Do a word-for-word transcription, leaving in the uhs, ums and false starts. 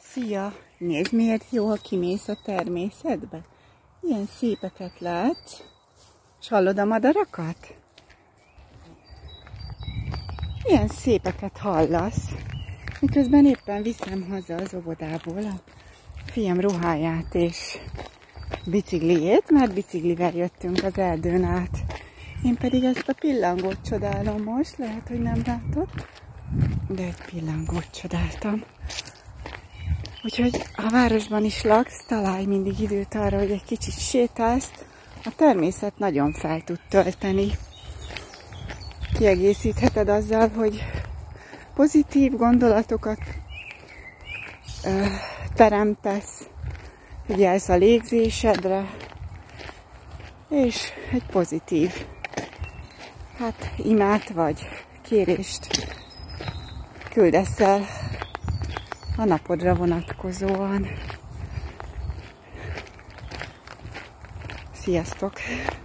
Szia! Nézd, miért jól kimész a természetbe. Ilyen szépeket látsz. És hallod a madarakat? Ilyen szépeket hallasz. Miközben éppen viszem haza az óvodából a fiam ruháját és bicikliét, mert biciklivel jöttünk az erdőn át. Én pedig ezt a pillangót csodálom most, lehet, hogy nem látod, de egy pillangót csodáltam. Úgyhogy ha városban is laksz, találj mindig időt arra, hogy egy kicsit sétálsz. A természet nagyon fel tud tölteni. Kiegészítheted azzal, hogy pozitív gondolatokat ö, teremtesz, figyelsz a légzésedre, és egy pozitív hát imát vagy kérést küldesz el a napodra vonatkozóan. Sziasztok!